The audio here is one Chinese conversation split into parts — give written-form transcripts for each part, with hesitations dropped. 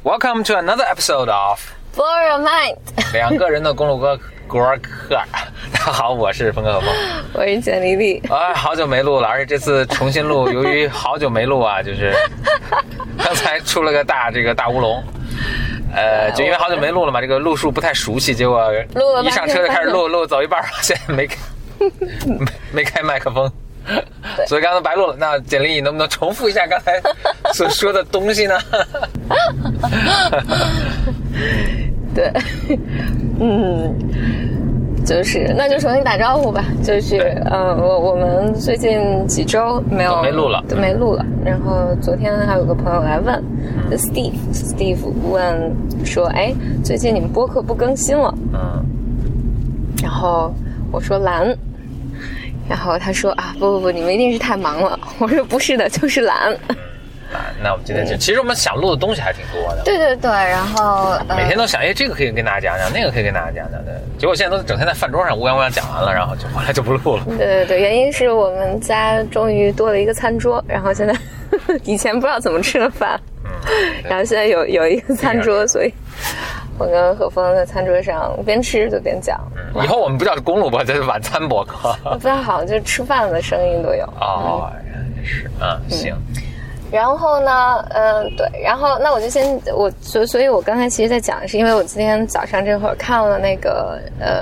Welcome to another episode of Blow Your Mind 两个人的公路歌国课。大家好，我是峰哥和峰， 我是简丽丽。 好久没录了，而且这次重新录，由于好久没录啊，就是刚才出了个大乌龙。就因为好久没录了嘛，这个路数不太熟悉，结果一上车就开始录，走一半发现没开麦克风。所以刚才白录了。那简丽，你能不能重复一下刚才所说的东西呢？ 对，就是那就重新打招呼吧。就是我们最近几周没录了。然后昨天还有个朋友来问，Steve 问说，哎，最近你们播客不更新了？然后我说懒。然后他说啊，不，你们一定是太忙了。我说不是的，就是懒。 那我们今天其实我们想录的东西还挺多的。 对，然后每天都想，这个可以跟大家讲讲，那个可以跟大家讲讲的。结果现在都整天在饭桌上乌泱讲完了，然后就后来就不录了。 对，原因是我们家终于多了一个餐桌，然后现在以前不知道怎么吃的饭，然后现在有一个餐桌，所以我跟何峰在餐桌上边吃就边讲。 以后我们不叫公路播，这是晚餐播客。 不太好，就是吃饭的声音都有。 也是，行。 然后呢，对，然后那我就所以我刚才其实在讲的是，因为我今天早上这会儿看了那个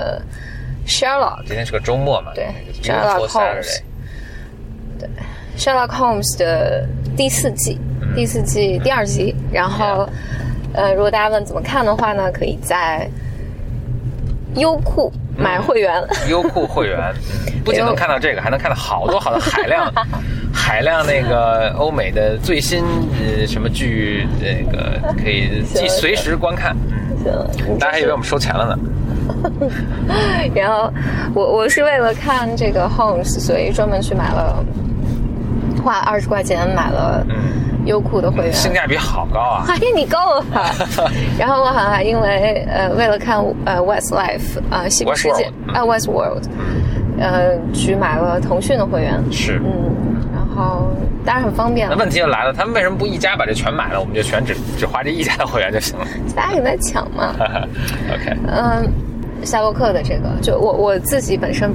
Sherlock， 今天是个周末嘛， 对 ，Sherlock Holmes， 对 ，Sherlock Holmes 的第四季第2集，然后如果大家问怎么看的话呢，可以在优酷买会员， 优酷会员，不仅能看到这个，还能看到好多海量那个欧美的最新什么剧，那个可以随时观看。大家还以为我们收钱了呢。 然后我是为了看这个 Holmes， 所以专门去买了，花20块钱买了优酷的会员， 性价比好高啊！ 哎，你够了。然后我好像还因为为了看Westlife 西部世界Westworld，去买了腾讯的会员。 是， 然后当然很方便了。 那问题就来了，他们为什么不一家把这全买了？我们就全只花这一家的会员就行了。 大家也在抢嘛。 OK。 夏洛克的这个，就我自己本身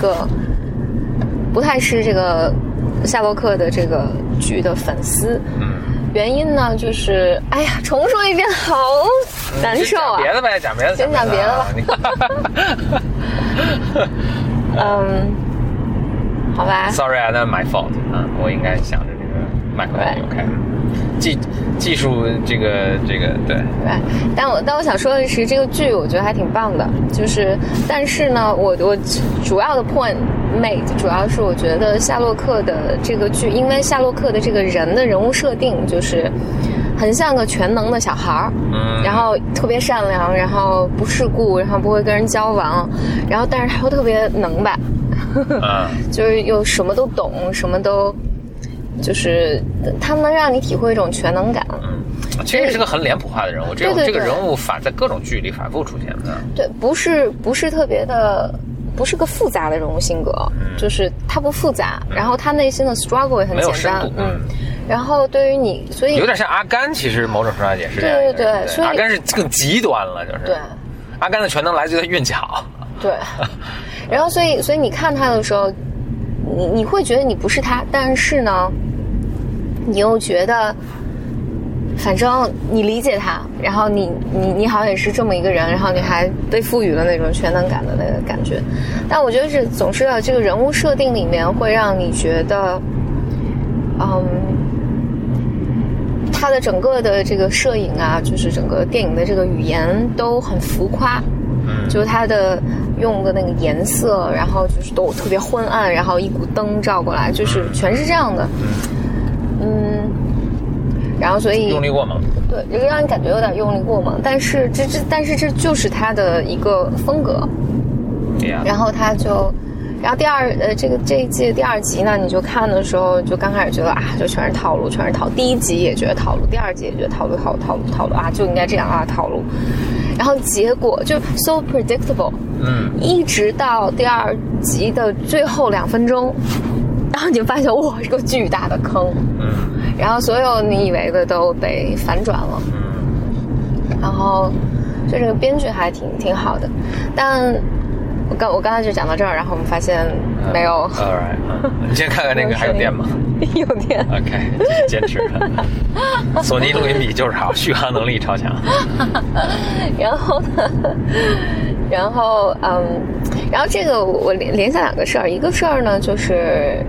不太是这个夏洛克的这个剧的粉丝。原因呢，就是哎呀，重说一遍好难受啊！ 讲别的呗，讲别的。 先讲别的吧。好吧。 Sorry, that's my fault. 我应该想着这个麦克风有开。技术这个对。 但我想说的是，这个剧我觉得还挺棒的，就是但是呢，我主要的 point made 主要是我觉得夏洛克的这个剧，因为夏洛克的这个人的人物设定就是很像个全能的小孩，然后特别善良，然后不世故，然后不会跟人交往，然后但是他又特别能吧，就是又什么都懂，什么都。就是他能让你体会一种全能感。 其实也是个很脸谱化的人物，这个人物在各种剧里反复出现的。 对，不是特别的，不是个复杂的人物性格，就是他不复杂，然后他内心的 struggle 也很简单。然后对于你，所以有点像阿甘，其实某种程度上也是这样。 对，所以阿甘是更极端了，就是。对，阿甘的全能来自于他运巧。对， 然后所以你看他的时候，你会觉得你不是他，但是呢，你又觉得，反正你理解他，然后你好像也是这么一个人，然后你还被赋予了那种全能感的那个感觉。但我觉得是总是这个人物设定里面会让你觉得，他的整个的这个摄影啊，就是整个电影的这个语言都很浮夸，就是他的用的那个颜色，然后就是都特别昏暗，然后一股灯照过来，就是全是这样的。然后所以用力过猛， 对，这个让你感觉有点用力过猛，但是这就是他的一个风格。然后他就，然后这一季第2集呢，你就看的时候就刚开始觉得就全是套路，第1集也觉得套路，第2集也觉得套路就应该这样套路。然后结果就 so predictable，一直到第2集的最后2分钟，然后你就发现哇，是个巨大的坑，然后所有你以为的都被反转了， 然后就这个编剧还挺好的，但我刚才就讲到这儿，然后我们发现没有。 Alright， 你先看看那个还有电吗？ 有电。 OK， 继续坚持。索尼录音笔就是好，续航能力超强。 然后呢，然后这个我联想两个事儿，一个事儿呢就是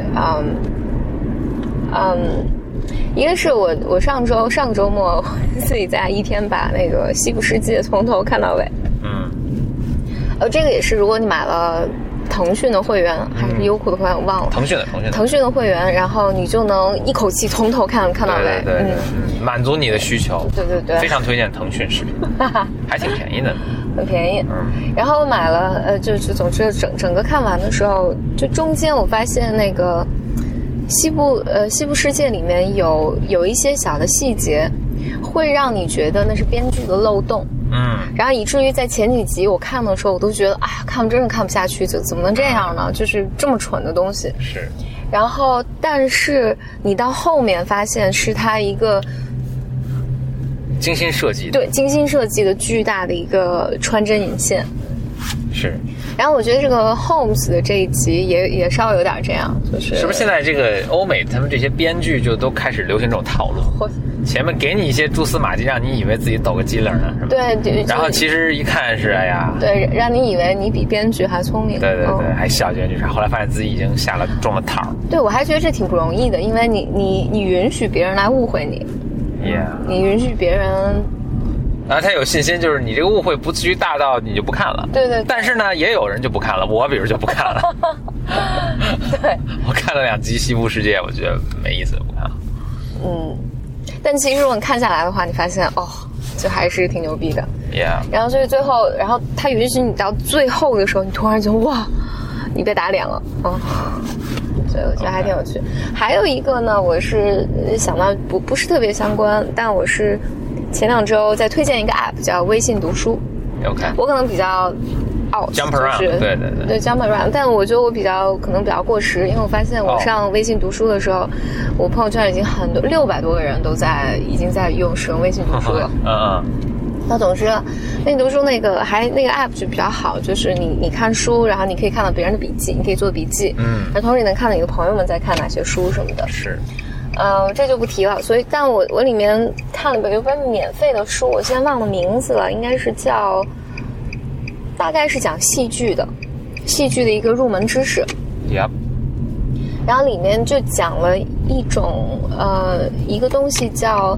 一个是我上个周末自己在一天把那个《西部世界》从头看到尾。这个也是，如果你买了腾讯的会员还是优酷的会员，我忘了。腾讯的会员，然后你就能一口气从头看到尾。 对，满足你的需求。 对， 非常推荐腾讯视频，还挺便宜的。 很便宜。然后我买了，就总之整个看完的时候，就中间我发现那个西部世界里面有一些小的细节，会让你觉得那是编剧的漏洞。然后以至于在前几集我看的时候，我都觉得真是看不下去，怎么能这样呢？就是这么蠢的东西。 是。 然后，但是你到后面发现是它一个精心设计的巨大的一个穿针引线。 是。 然后我觉得这个 Holmes 的这一集也稍微有点这样，是不是现在这个欧美他们这些编剧就都开始流行这种套路？前面给你一些蛛丝马迹，让你以为自己抖个机灵呢，是吧？ 对， 然后其实一看是对，让你以为你比编剧还聪明。 对，还小结局啥，后来发现自己已经中了套。 对，我还觉得这挺不容易的，因为你允许别人来误会你，你允许别人。 然后他有信心，就是你这个误会不至于大到你就不看了。 对。但是呢，也有人就不看了，我比如就不看了。 对， 我看了2集《西部世界》，我觉得没意思，就不看了。 但其实如果你看下来的话，你发现就还是挺牛逼的。然后所以最后，然后他允许你到最后的时候，你突然就你被打脸了。所以我觉得还挺有趣。还有一个呢，我是想到不是特别相关，但我是前2周在推荐一个 app 叫微信读书。 OK， 我可能比较 Jump around， 对 Jump around， 但我觉得我可能比较过时，因为我发现我上微信读书的时候，我朋友圈已经很多600多个人已经在使用微信读书了。那总之，微信读书那个 app 就比较好，就是你看书，然后你可以看到别人的笔记，你可以做笔记，而同时你能看到你的朋友们在看哪些书什么的。 是。 这就不提了。所以，但我里面看了有本免费的书，我现在忘了名字了，应该是大概是讲戏剧的一个入门知识。然后里面就讲了一种一个东西叫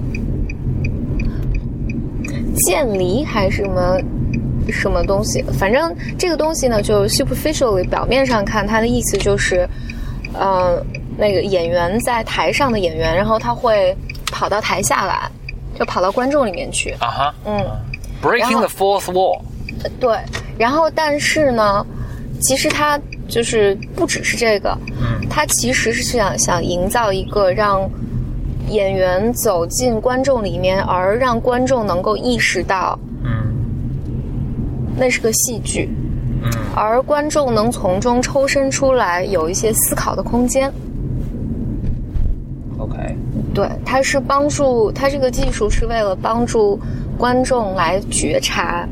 渐离还是什么东西，反正这个东西呢，就 superficially 表面上看，它的意思就是那个演员在台上的演员，然后他会跑到台下来，就跑到观众里面去。 Breaking the fourth wall。 对，然后但是呢，其实他就是不只是这个，他其实是想营造一个让演员走进观众里面，而让观众能够意识到，那是个戏剧，而观众能从中抽身出来，有一些思考的空间。 OK， 对，它这个技术是为了帮助观众来觉察，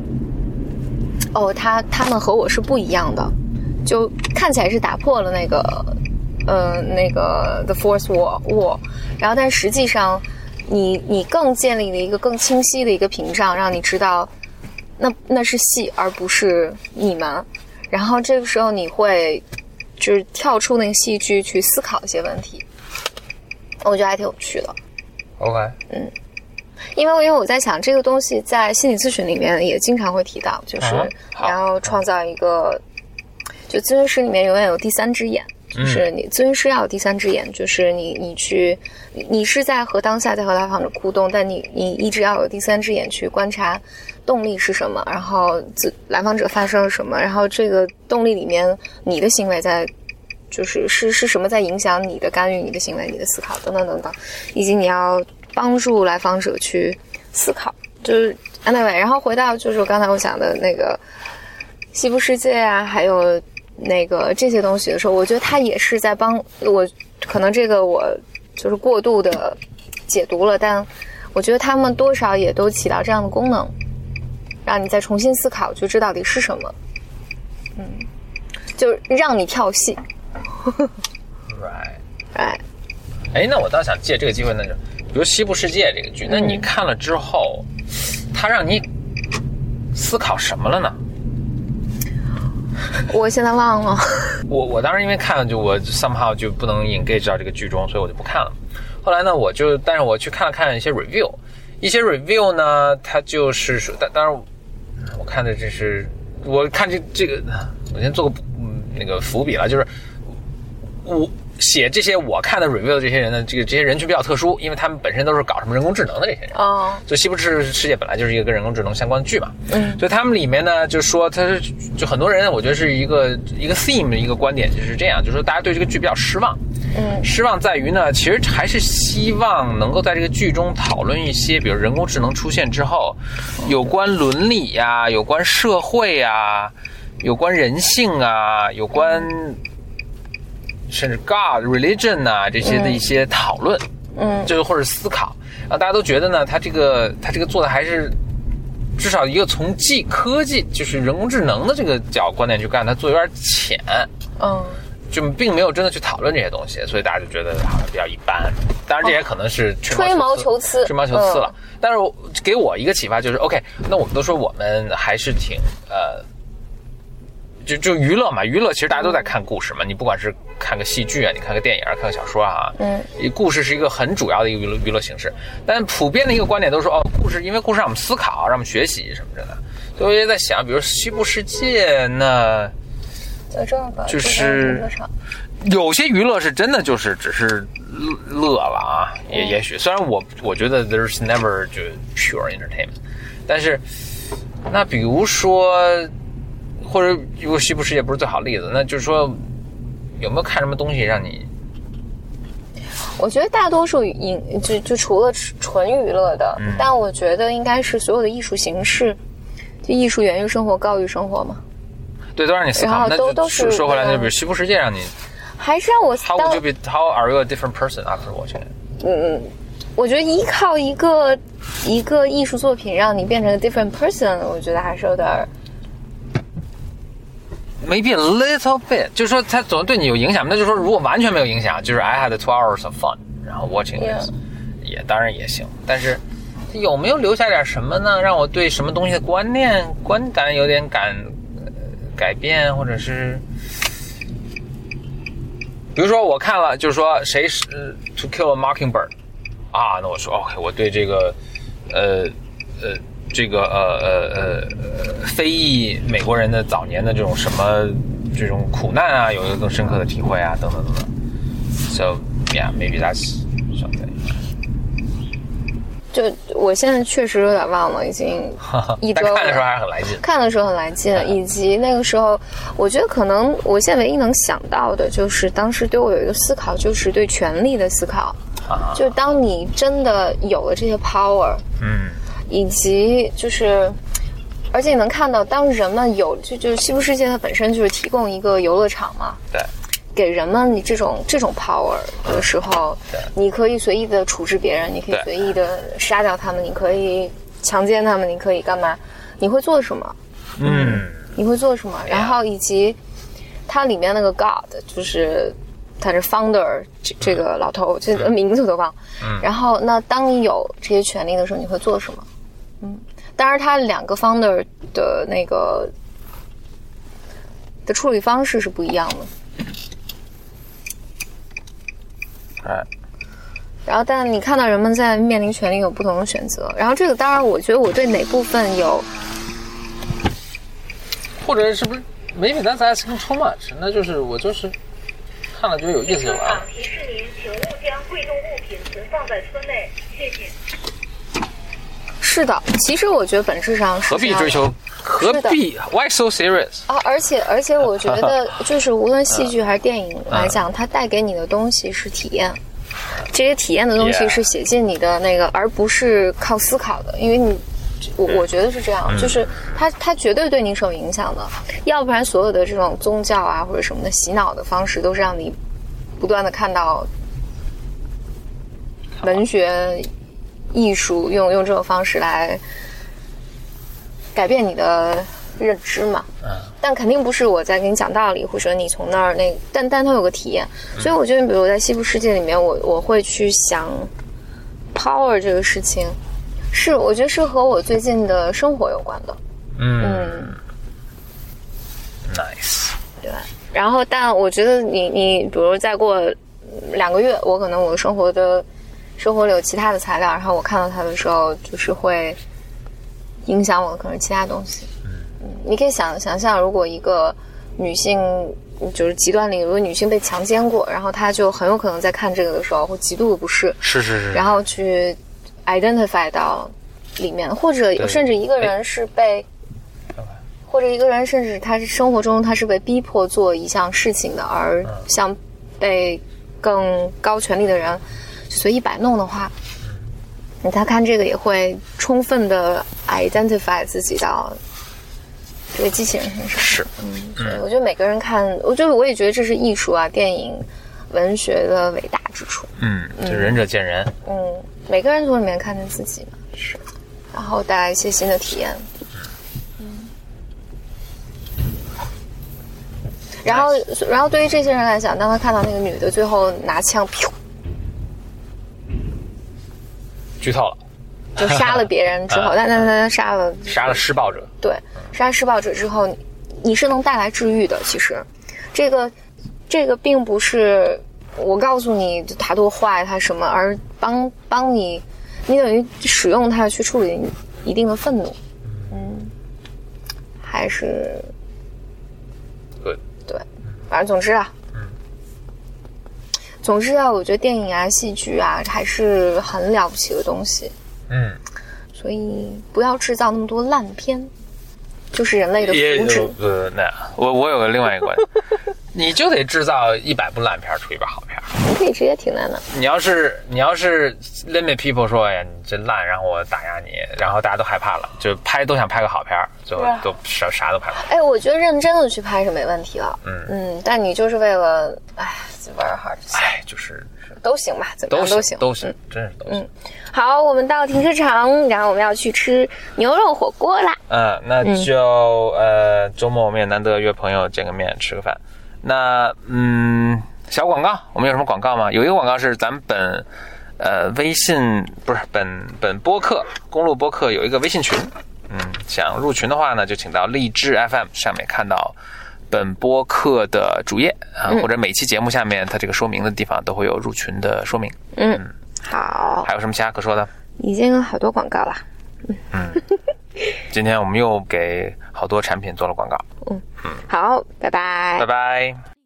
他们和我是不一样的，就看起来是打破了那个 the fourth wall， 然后但实际上你更建立了一个更清晰的一个屏障，让你知道那是戏而不是你们，然后这个时候你会就是跳出那个戏剧去思考一些问题，我觉得还挺有趣的。 OK， 因为我在想这个东西在心理咨询里面也经常会提到，就是你要创造一个，就咨询师里面永远有第三只眼，就是你咨询师要有第三只眼，就是你是在和当下在和来访者互动，但你一直要有第三只眼去观察动力是什么，然后来访者发生了什么，然后这个动力里面你的行为在就是什么在影响你的干预、你的行为、你的思考等等等等，以及你要帮助来访者去思考，就是 anyway， 然后回到就是刚才我讲的那个西部世界啊，还有那个这些东西的时候，我觉得他也是在帮我，可能这个我就是过度的解读了，但我觉得他们多少也都起到这样的功能， 让你再重新思考，就这到底是什么。就让你跳戏。 right。哎，那我倒想借这个机会，那就比如《西部世界》这个剧，那你看了之后，它让你思考什么了呢？ 我现在忘了。 我当时因为看了，就我 somehow 就不能 engage 到这个剧中，所以我就不看了。后来呢，但是我去看了看一些 review 呢，它就是说，当然我看的我看这个，我先做个那个伏笔了，就是我写这些我看的 review 的这些人呢，这些人群比较特殊，因为他们本身都是搞什么人工智能的这些人。就西部世界本来就是一个跟人工智能相关的剧嘛。所以他们里面呢，就说就很多人，我觉得是一个 theme 一个观点就是这样，就是说大家对这个剧比较失望。失望在于呢，其实还是希望能够在这个剧中讨论一些，比如人工智能出现之后，有关伦理呀，有关社会呀，有关人性啊，有关甚至 God religion 啊这些的一些讨论，就是或者思考，然后大家都觉得呢，他这个做的还是至少一个从科技就是人工智能的这个观点去干，他做有点浅，就并没有真的去讨论这些东西，所以大家就觉得好像比较一般。当然这也可能是吹毛求疵了。但是给我一个启发就是 OK， 那我们都说我们还是挺就娱乐嘛，娱乐其实大家都在看故事嘛，你不管是看个戏剧啊，你看个电影，看个小说啊，故事是一个很主要的一个娱乐形式。但普遍的一个观点都是说，故事因为故事让我们思考，让我们学习什么的。所以我也在想，比如西部世界那在这儿吧， 就是有些娱乐是真的就是只是乐了啊，也许虽然我觉得 there's never 就 pure entertainment， 但是那比如说或者如果西部世界不是最好的例子，那就是说有没有看什么东西让你？ 我觉得大多数就除了纯娱乐的，但我觉得应该是所有的艺术形式，就艺术源于生活，高于生活嘛。 对，都让你思考。那都是说回来，就比如西部世界让你， 还是让我 How are you a different person after watching it？ 我觉得依靠一个艺术作品让你变成a different person， 我觉得还是有点。 Maybe a little bit， 就是说它总对你有影响，那就是说如果完全没有影响，就是 I had 2 hours of fun， 然后 watching this， 也当然也行，但是有没有留下点什么呢？让我对什么东西的观感有点改变，或者是比如说我看了，就是说谁是To Kill a Mockingbird 啊，那我说 OK， 我对这个非裔美国人的早年的这种什么这种苦难啊，有一个更深刻的体会啊，等等等等。So yeah, maybe that's something. 就我现在确实有点忘了，已经一周了。 但看的时候还是很来劲。看的时候很来劲，以及那个时候，我觉得可能我现在唯一能想到的就是当时对我有一个思考，就是对权力的思考。就当你真的有了这些 power，以及就是，而且你能看到，当人们有就是西部世界它本身就是提供一个游乐场嘛， 对， 给人们你这种 power 的时候，你可以随意的处置别人，你可以随意的杀掉他们，你可以强奸他们，你可以干嘛？你会做什么？你会做什么？然后以及它里面那个 God， 就是他是 founder 这个老头，这个名字我都忘了。然后那当你有这些权利的时候，你会做什么？当然他2个 founder 的那个的处理方式是不一样的。然后但你看到人们在面临权利有不同的选择，然后这个当然我觉得我对哪部分有， 或者是不是 maybe that's asking too much， 那就是我就是看了觉得有意思就完了。提示您，请勿将贵重物品存放在车内，谢谢。 是的，其实我觉得本质上是何必追求？何必 ？Why so serious？ 而且我觉得就是无论戏剧还是电影来讲，它带给你的东西是体验，这些体验的东西是写进你的那个，而不是靠思考的，因为我觉得是这样，就是它绝对对你是有影响的，要不然所有的这种宗教啊或者什么的洗脑的方式，都是让你不断的看到文学、艺术用这种方式来改变你的认知嘛。但肯定不是我在给你讲道理，或者你从那儿但它有个体验。所以我觉得，比如在西部世界里面，我会去想 power 这个事情，我觉得是和我最近的生活有关的。Nice。对。然后，但我觉得你比如再过2个月，我可能我生活里有其他的材料，然后我看到它的时候，就是会影响我的可能其他东西。你可以想象，如果一个女性就是极端里，如果女性被强奸过，然后她就很有可能在看这个的时候会极度的不适， 是， 然后去 identify 到里面，或者甚至一个人是被，或者一个人甚至他是生活中他是被逼迫做一项事情的，而像被更高权力的人随意摆弄的话，他看这个也会充分的 identify 自己到这个机器人身上。 是， 所以我觉得每个人看，我也觉得这是艺术啊、电影、文学的伟大之处。 就仁者见仁。 每个人从里面看见自己嘛，是，然后带来一些新的体验。然后对于这些人来讲，当他看到那个女的最后拿枪， 剧透了。 就杀了别人之后，但他杀了施暴者。 对，杀施暴者之后，你是能带来治愈的。其实，这个并不是我告诉你他多坏，他什么，而帮你等于使用它去处理一定的愤怒。还是对，反正总之啊。总之啊，我觉得电影啊、戏剧啊还是很了不起的东西。所以不要制造那么多烂片，就是人类的福祉。 我有个另外一个观点，你就得制造100部烂片出一本好片。 你可以直接停在那。 你要是 limit people 说，哎呀，你这烂，然后我打压你，然后大家都害怕了，就都想拍个好片，最后都啥都拍不好。 哎，我觉得认真的去拍是没问题了。但你就是为了玩 hard， 就是都行吧，怎么样都行， 真是都行。 好，我们到停车场，然后我们要去吃牛肉火锅啦。 那就周末我们也难得约朋友见个面吃个饭。那小广告，我们有什么广告吗？有一个广告是咱们微信不是本播客公路播客有一个微信群，想入群的话呢，就请到荔枝 FM 上面看到本播客的主页或者每期节目下面它这个说明的地方都会有入群的说明。好，还有什么其他可说的？ 已经有好多广告了。 今天我们又给好多产品做了广告。 好，拜拜。 拜拜。